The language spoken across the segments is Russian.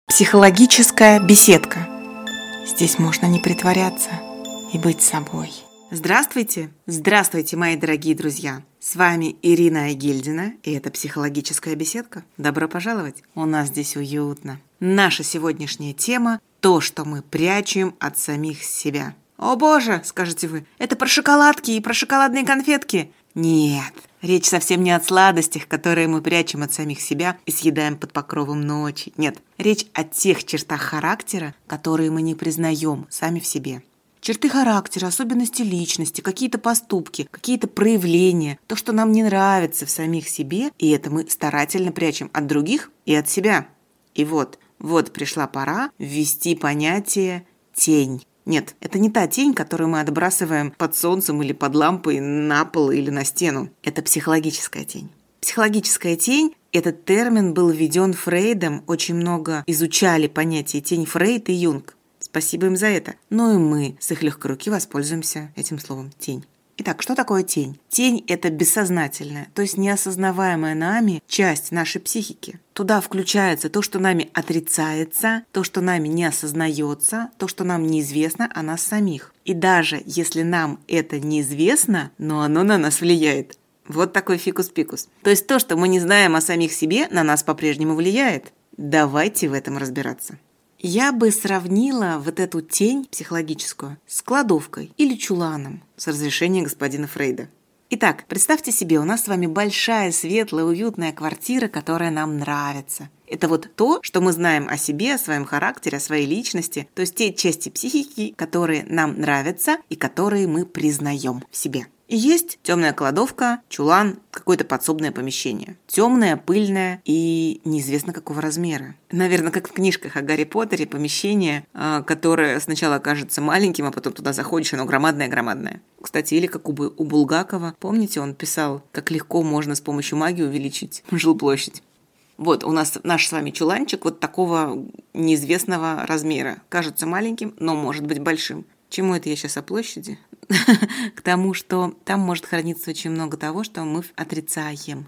Психологическая беседка. Здесь можно не притворяться и быть собой. Здравствуйте! Здравствуйте, мои дорогие друзья! С вами Ирина Айгельдина, и это «Психологическая беседка». Добро пожаловать! У нас здесь уютно. Наша сегодняшняя тема – то, что мы прячем от самих себя. О боже, скажете вы, это про шоколадки и про шоколадные конфетки? Нет, речь совсем не о сладостях, которые мы прячем от самих себя и съедаем под покровом ночи. Нет, речь о тех чертах характера, которые мы не признаем сами в себе. Черты характера, особенности личности, какие-то поступки, какие-то проявления, то, что нам не нравится в самих себе, и это мы старательно прячем от других и от себя. И вот пришла пора ввести понятие «тень». Нет, это не та тень, которую мы отбрасываем под солнцем или под лампой на пол или на стену. Это психологическая тень. Психологическая тень – этот термин был введен Фрейдом, очень много изучали понятие тень Фрейд и Юнг. Спасибо им за это. Но и мы с их легкой руки воспользуемся этим словом «тень». Итак, что такое тень? Тень – это бессознательная, то есть неосознаваемая нами часть нашей психики. Туда включается то, что нами отрицается, то, что нами не осознается, то, что нам неизвестно о нас самих. И даже если нам это неизвестно, но оно на нас влияет. Вот такой фикус-пикус. То есть то, что мы не знаем о самих себе, на нас по-прежнему влияет. Давайте в этом разбираться. Я бы сравнила вот эту тень психологическую с кладовкой или чуланом, с разрешения господина Фрейда. Итак, представьте себе, у нас с вами большая, светлая, уютная квартира, которая нам нравится. Это вот то, что мы знаем о себе, о своем характере, о своей личности, то есть те части психики, которые нам нравятся и которые мы признаем в себе. И есть темная кладовка, чулан, какое-то подсобное помещение. Темное, пыльное и неизвестно какого размера. Наверное, как в книжках о Гарри Поттере, помещение, которое сначала кажется маленьким, а потом туда заходишь, оно громадное-громадное. Кстати, или как у Булгакова. Помните, он писал, как легко можно с помощью магии увеличить жилплощадь. Вот у нас наш с вами чуланчик вот такого неизвестного размера. Кажется маленьким, но может быть большим. Чему это я сейчас о площади? К тому, что там может храниться очень много того, что мы отрицаем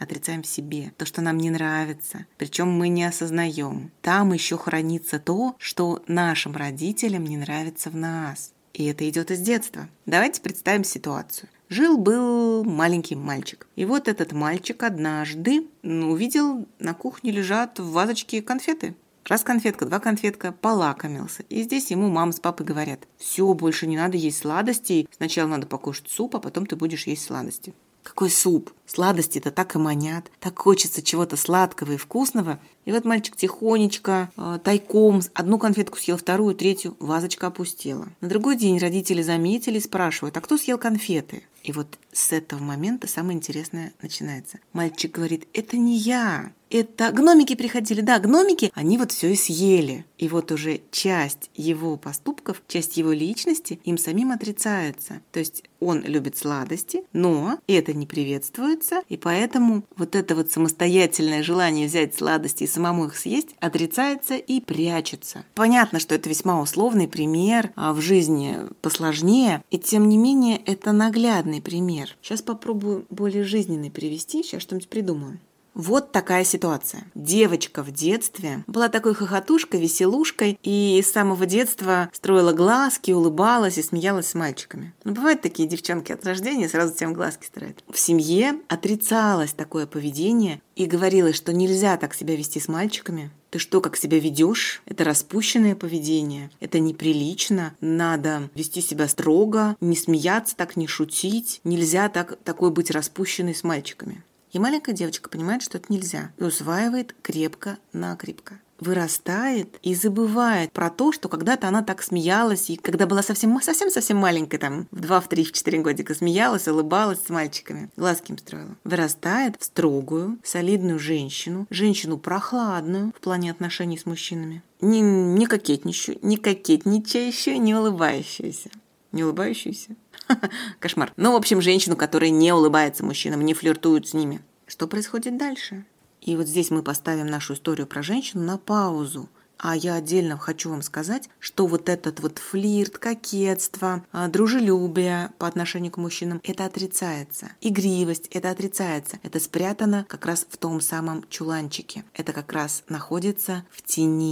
в себе, то, что нам не нравится, причем мы не осознаем. Там еще хранится то, что нашим родителям не нравится в нас. И это идет из детства. Давайте представим ситуацию. Жил-был маленький мальчик. И вот этот мальчик однажды увидел, на кухне лежат в вазочке конфеты. Раз конфетка, два конфетка, полакомился. И здесь ему мама с папой говорят: все, больше не надо есть сладостей. Сначала надо покушать суп, а потом ты будешь есть сладости. Какой суп? Сладости-то так и манят. Так хочется чего-то сладкого и вкусного. И вот мальчик тихонечко, тайком, одну конфетку съел, вторую, третью, вазочка опустела. На другой день родители заметили и спрашивают: а кто съел конфеты? И вот с этого момента самое интересное начинается. Мальчик говорит: это не я. Это гномики приходили. Да, гномики, они вот все и съели. И вот уже часть его поступков, часть его личности им самим отрицается. То есть он любит сладости, но это не приветствуется, и поэтому вот это вот самостоятельное желание взять сладости и самому их съесть отрицается и прячется. Понятно, что это весьма условный пример, а в жизни посложнее, и тем не менее это наглядный пример. Сейчас попробую более жизненный привести, сейчас что-нибудь придумаю. Вот такая ситуация. Девочка в детстве была такой хохотушкой, веселушкой, и с самого детства строила глазки, улыбалась и смеялась с мальчиками. Но бывают такие девчонки от рождения, сразу тем глазки строят. В семье отрицалось такое поведение и говорилось, что нельзя так себя вести с мальчиками. Ты что, как себя ведешь? Это распущенное поведение, это неприлично, надо вести себя строго, не смеяться так, не шутить, нельзя такой быть распущенной с мальчиками. И маленькая девочка понимает, что это нельзя, и усваивает крепко-накрепко. Вырастает и забывает про то, что когда-то она так смеялась, и когда была совсем-совсем маленькой, там, в 2, в 3, в 4 годика, смеялась, улыбалась с мальчиками, глазки им строила. Вырастает в строгую, солидную женщину прохладную в плане отношений с мужчинами, не кокетничающую, не улыбающуюся. Не улыбающуюся? Кошмар. Ну, в общем, женщину, которая не улыбается мужчинам, не флиртует с ними. Что происходит дальше? И вот здесь мы поставим нашу историю про женщину на паузу. А я отдельно хочу вам сказать, что вот этот вот флирт, кокетство, дружелюбие по отношению к мужчинам, это отрицается. Игривость, это отрицается. Это спрятано как раз в том самом чуланчике. Это как раз находится в тени.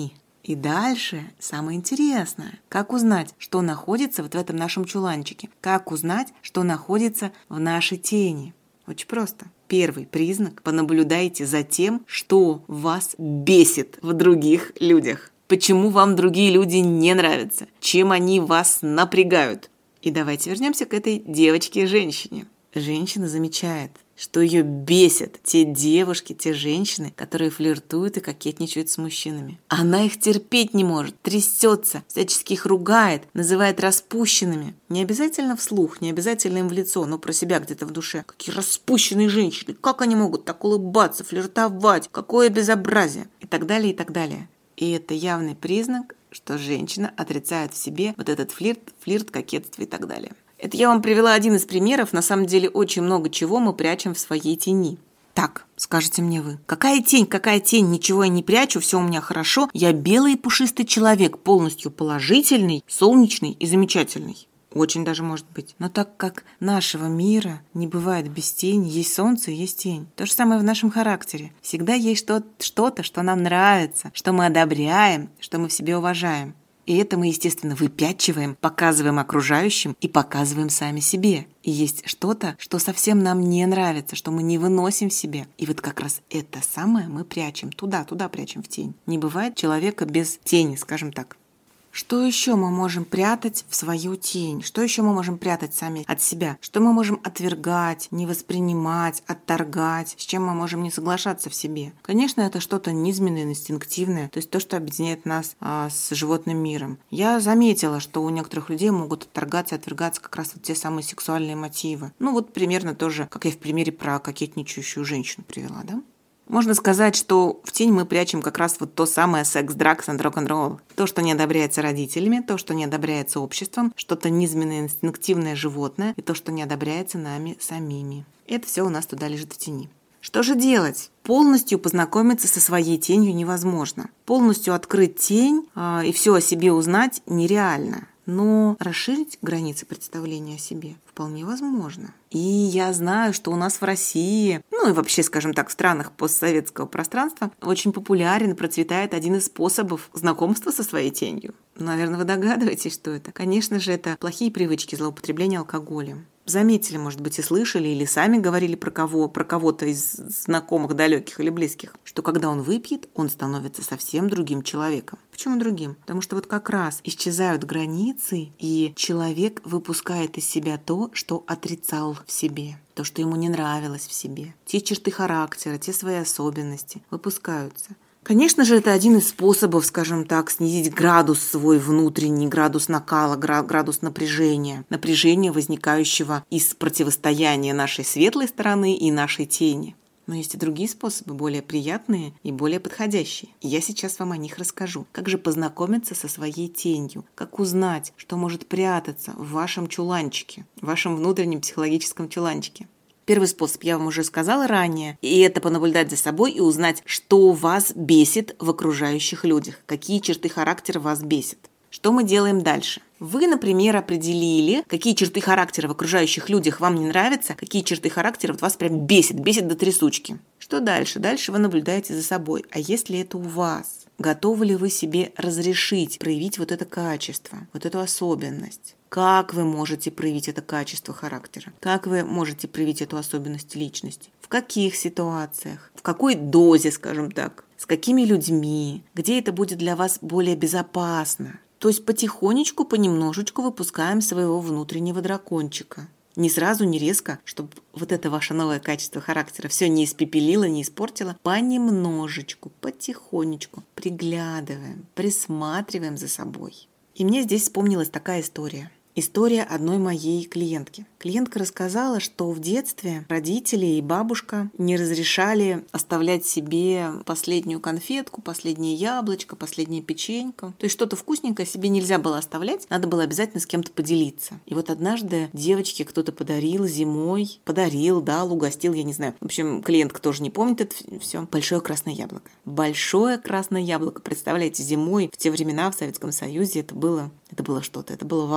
И дальше самое интересное. Как узнать, что находится вот в этом нашем чуланчике? Как узнать, что находится в нашей тени? Очень просто. Первый признак – понаблюдайте за тем, что вас бесит в других людях. Почему вам другие люди не нравятся? Чем они вас напрягают? И давайте вернемся к этой девочке-женщине. Женщина замечает, что ее бесят те девушки, те женщины, которые флиртуют и кокетничают с мужчинами. Она их терпеть не может, трясется, всячески их ругает, называет распущенными. Не обязательно вслух, не обязательно им в лицо, но про себя где-то в душе. Какие распущенные женщины, как они могут так улыбаться, флиртовать, какое безобразие, и так далее, и так далее. И это явный признак, что женщина отрицает в себе вот этот флирт, кокетство и так далее. Это я вам привела один из примеров, на самом деле очень много чего мы прячем в своей тени. Так, скажете мне вы, какая тень, ничего я не прячу, все у меня хорошо, я белый и пушистый человек, полностью положительный, солнечный и замечательный. Очень даже может быть. Но так как нашего мира не бывает без тени, есть солнце и есть тень. То же самое в нашем характере. Всегда есть что-то, что нам нравится, что мы одобряем, что мы в себе уважаем. И это мы, естественно, выпячиваем, показываем окружающим и показываем сами себе. И есть что-то, что совсем нам не нравится, что мы не выносим в себе. И вот как раз это самое мы прячем, туда прячем в тень. Не бывает человека без тени, скажем так. Что еще мы можем прятать в свою тень? Что еще мы можем прятать сами от себя? Что мы можем отвергать, не воспринимать, отторгать? С чем мы можем не соглашаться в себе? Конечно, это что-то низменное, инстинктивное, то есть то, что объединяет нас с животным миром. Я заметила, что у некоторых людей могут отторгаться, отвергаться как раз вот те самые сексуальные мотивы. Ну вот примерно тоже, как я в примере про кокетничающую женщину привела, да? Можно сказать, что в тень мы прячем как раз вот то самое секс, дракс и рок-н-ролл. То, что не одобряется родителями, то, что не одобряется обществом, что-то низменное, инстинктивное животное и то, что не одобряется нами самими. Это все у нас туда лежит в тени. Что же делать? Полностью познакомиться со своей тенью невозможно. Полностью открыть тень и все о себе узнать нереально. Но расширить границы представления о себе вполне возможно. И я знаю, что у нас в России, ну и вообще, скажем так, в странах постсоветского пространства очень популярен, процветает один из способов знакомства со своей тенью. Наверное, вы догадываетесь, что это. Конечно же, это плохие привычки злоупотребления алкоголем. Заметили, может быть, и слышали, или сами говорили про кого-то из знакомых, далеких или близких, что когда он выпьет, он становится совсем другим человеком. Почему другим? Потому что вот как раз исчезают границы, и человек выпускает из себя то, что отрицал в себе, то, что ему не нравилось в себе. Те черты характера, те свои особенности выпускаются. Конечно же, это один из способов, скажем так, снизить градус свой внутренний, градус накала, градус напряжения, возникающего из противостояния нашей светлой стороны и нашей тени. Но есть и другие способы, более приятные и более подходящие. И я сейчас вам о них расскажу. Как же познакомиться со своей тенью? Как узнать, что может прятаться в вашем чуланчике, в вашем внутреннем психологическом чуланчике? Первый способ я вам уже сказала ранее, и это понаблюдать за собой и узнать, что вас бесит в окружающих людях, какие черты характера вас бесят. Что мы делаем дальше? Вы, например, определили, какие черты характера в окружающих людях вам не нравятся, какие черты характера вас прям бесит до трясучки. Что дальше? Дальше вы наблюдаете за собой. А есть ли это у вас? Готовы ли вы себе разрешить проявить вот это качество, вот эту особенность? Как вы можете проявить это качество характера? Как вы можете проявить эту особенность личности? В каких ситуациях? В какой дозе, скажем так? С какими людьми? Где это будет для вас более безопасно? То есть потихонечку, понемножечку выпускаем своего внутреннего дракончика. Не сразу, не резко, чтобы вот это ваше новое качество характера все не испепелило, не испортило. Понемножечку, потихонечку приглядываем, присматриваем за собой. И мне здесь вспомнилась такая история. История одной моей клиентки. Клиентка рассказала, что в детстве родители и бабушка не разрешали оставлять себе последнюю конфетку, последнее яблочко, последнее печенько. То есть что-то вкусненькое себе нельзя было оставлять, надо было обязательно с кем-то поделиться. И вот однажды девочке кто-то подарил зимой, дал, угостил, я не знаю. В общем, клиентка тоже не помнит это все. Большое красное яблоко. Большое красное яблоко. Представляете, зимой в те времена в Советском Союзе это было что-то, это было вау. И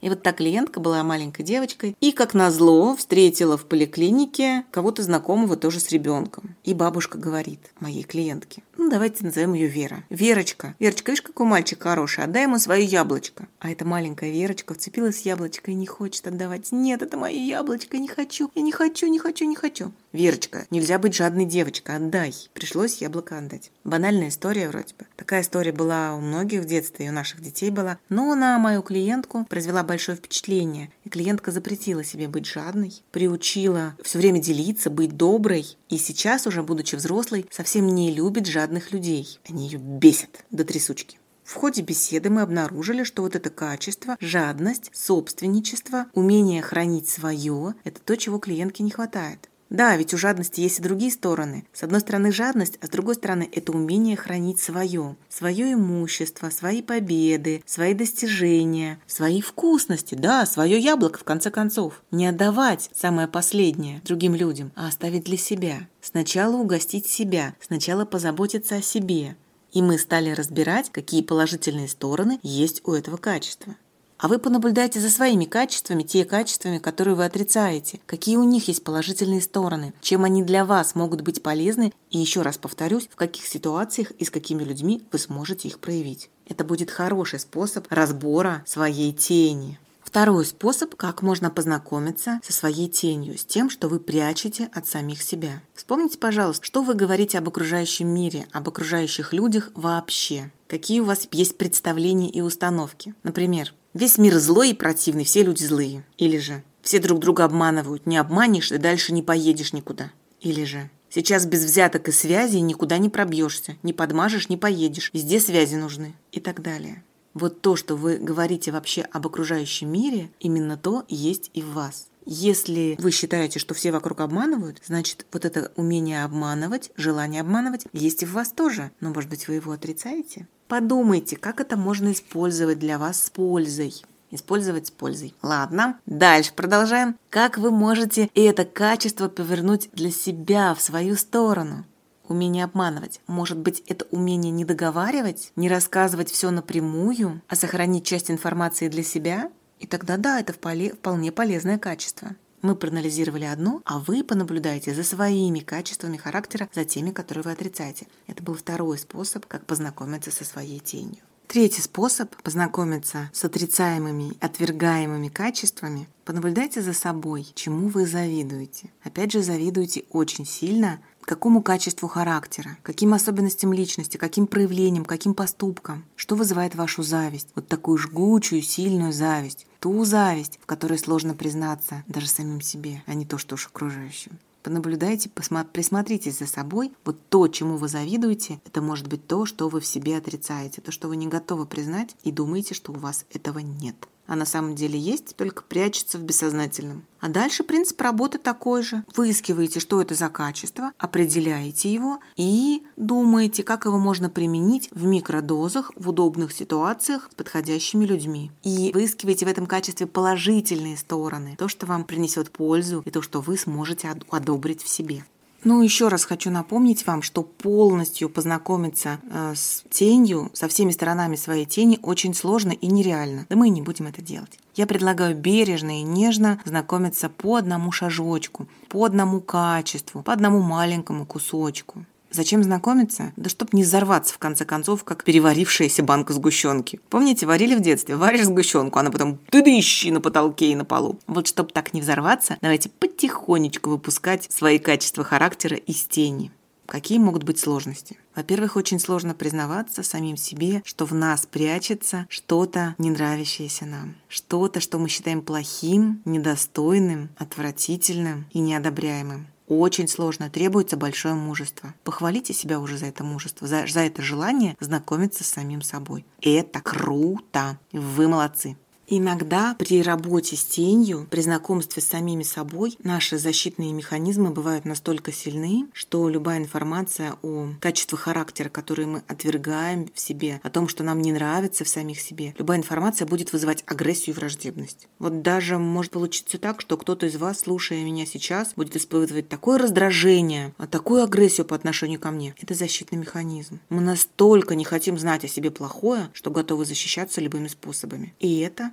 И вот та клиентка была маленькой девочкой и, как назло, встретила в поликлинике кого-то знакомого тоже с ребенком. И бабушка говорит моей клиентке: ну, давайте назовем ее Вера. Верочка, видишь, какой мальчик хороший, отдай ему свое яблочко. А эта маленькая Верочка вцепилась в яблочко и не хочет отдавать. Нет, это мое яблочко, не хочу, я не хочу, не хочу, не хочу. Верочка, нельзя быть жадной девочкой, отдай. Пришлось яблоко отдать. Банальная история вроде бы. Такая история была у многих в детстве, и у наших детей была. Но на мою клиентку произвела большое впечатление. И клиентка запретила себе быть жадной, приучила все время делиться, быть доброй. И сейчас, уже будучи взрослой, совсем не любит жадных людей. Они ее бесят до трясучки. В ходе беседы мы обнаружили, что вот это качество, жадность, собственничество, умение хранить свое – это то, чего клиентке не хватает. Да, ведь у жадности есть и другие стороны. С одной стороны жадность, а с другой стороны это умение хранить свое. Свое имущество, свои победы, свои достижения, свои вкусности, да, свое яблоко в конце концов. Не отдавать самое последнее другим людям, а оставить для себя. Сначала угостить себя, сначала позаботиться о себе. И мы стали разбирать, какие положительные стороны есть у этого качества. А вы понаблюдайте за своими качествами, те качествами, которые вы отрицаете. Какие у них есть положительные стороны, чем они для вас могут быть полезны. И еще раз повторюсь, в каких ситуациях и с какими людьми вы сможете их проявить. Это будет хороший способ разбора своей тени. Второй способ, как можно познакомиться со своей тенью, с тем, что вы прячете от самих себя. Вспомните, пожалуйста, что вы говорите об окружающем мире, об окружающих людях вообще. Какие у вас есть представления и установки. Например, весь мир злой и противный, все люди злые. Или же все друг друга обманывают, не обманешь и дальше не поедешь никуда. Или же сейчас без взяток и связей никуда не пробьешься, не подмажешь, не поедешь, везде связи нужны и так далее. Вот то, что вы говорите вообще об окружающем мире, именно то есть и в вас. Если вы считаете, что все вокруг обманывают, значит, вот это умение обманывать, желание обманывать есть и в вас тоже. Но, может быть, вы его отрицаете? Подумайте, как это можно использовать для вас с пользой. Использовать с пользой. Ладно, дальше продолжаем. Как вы можете это качество повернуть для себя в свою сторону? Умение обманывать. Может быть, это умение не договаривать, не рассказывать все напрямую, а сохранить часть информации для себя? И тогда да, это вполне полезное качество. Мы проанализировали одно, а вы понаблюдаете за своими качествами характера, за теми, которые вы отрицаете. Это был второй способ, как познакомиться со своей тенью. Третий способ познакомиться с отрицаемыми, отвергаемыми качествами. Понаблюдайте за собой, чему вы завидуете. Опять же, завидуете очень сильно какому качеству характера, каким особенностям личности, каким проявлениям, каким поступкам, что вызывает вашу зависть, вот такую жгучую, сильную зависть, ту зависть, в которой сложно признаться даже самим себе, а не то, что уж окружающим. Понаблюдайте, присмотритесь за собой. Вот то, чему вы завидуете, это может быть то, что вы в себе отрицаете, то, что вы не готовы признать и думаете, что у вас этого нет. А на самом деле есть, только прячется в бессознательном. А дальше принцип работы такой же. Выискиваете, что это за качество, определяете его и думаете, как его можно применить в микродозах, в удобных ситуациях с подходящими людьми. И выискиваете в этом качестве положительные стороны, то, что вам принесет пользу и то, что вы сможете одобрить в себе. Ну, еще раз хочу напомнить вам, что полностью познакомиться с тенью, со всеми сторонами своей тени очень сложно и нереально. Да мы и не будем это делать. Я предлагаю бережно и нежно знакомиться по одному шажочку, по одному качеству, по одному маленькому кусочку. Зачем знакомиться? Да чтоб не взорваться, в конце концов, как переварившаяся банка сгущенки. Помните, варили в детстве? Варишь сгущенку, она потом тыдыщи на потолке и на полу. Вот чтоб так не взорваться, давайте потихонечку выпускать свои качества характера из тени. Какие могут быть сложности? Во-первых, очень сложно признаваться самим себе, что в нас прячется что-то, не нравящееся нам. Что-то, что мы считаем плохим, недостойным, отвратительным и неодобряемым. Очень сложно, требуется большое мужество. Похвалите себя уже за это мужество, за это желание знакомиться с самим собой. Это круто! Вы молодцы! Иногда при работе с тенью, при знакомстве с самими собой, наши защитные механизмы бывают настолько сильны, что любая информация о качествах характера, которые мы отвергаем в себе, о том, что нам не нравится в самих себе, любая информация будет вызывать агрессию и враждебность. Вот даже может получиться так, что кто-то из вас, слушая меня сейчас, будет испытывать такое раздражение, такую агрессию по отношению ко мне. Это защитный механизм. Мы настолько не хотим знать о себе плохое, что готовы защищаться любыми способами. И это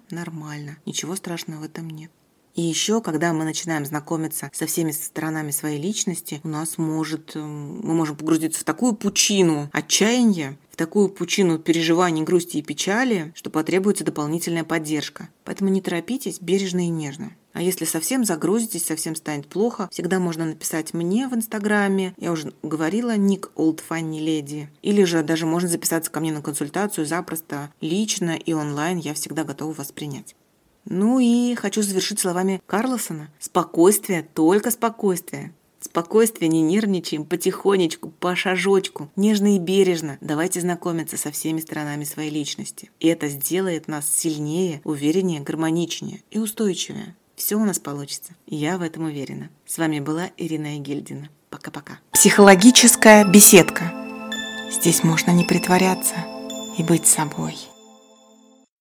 нормально. Ничего страшного в этом нет. И еще, когда мы начинаем знакомиться со всеми сторонами своей личности, мы можем погрузиться в такую пучину отчаяния, в такую пучину переживаний, грусти и печали, что потребуется дополнительная поддержка. Поэтому не торопитесь, бережно и нежно. А если совсем загрузитесь, совсем станет плохо, всегда можно написать мне в Инстаграме. Я уже говорила, ник Old Funny Lady. Или же даже можно записаться ко мне на консультацию запросто, лично и онлайн. Я всегда готова вас принять. Ну и хочу завершить словами Карлсона. Спокойствие, только спокойствие. Спокойствие, не нервничаем, потихонечку, по шажочку, нежно и бережно. Давайте знакомиться со всеми сторонами своей личности. И это сделает нас сильнее, увереннее, гармоничнее и устойчивее. Все у нас получится. Я в этом уверена. С вами была Ирина Егельдина. Пока-пока. Психологическая беседка. Здесь можно не притворяться и быть собой.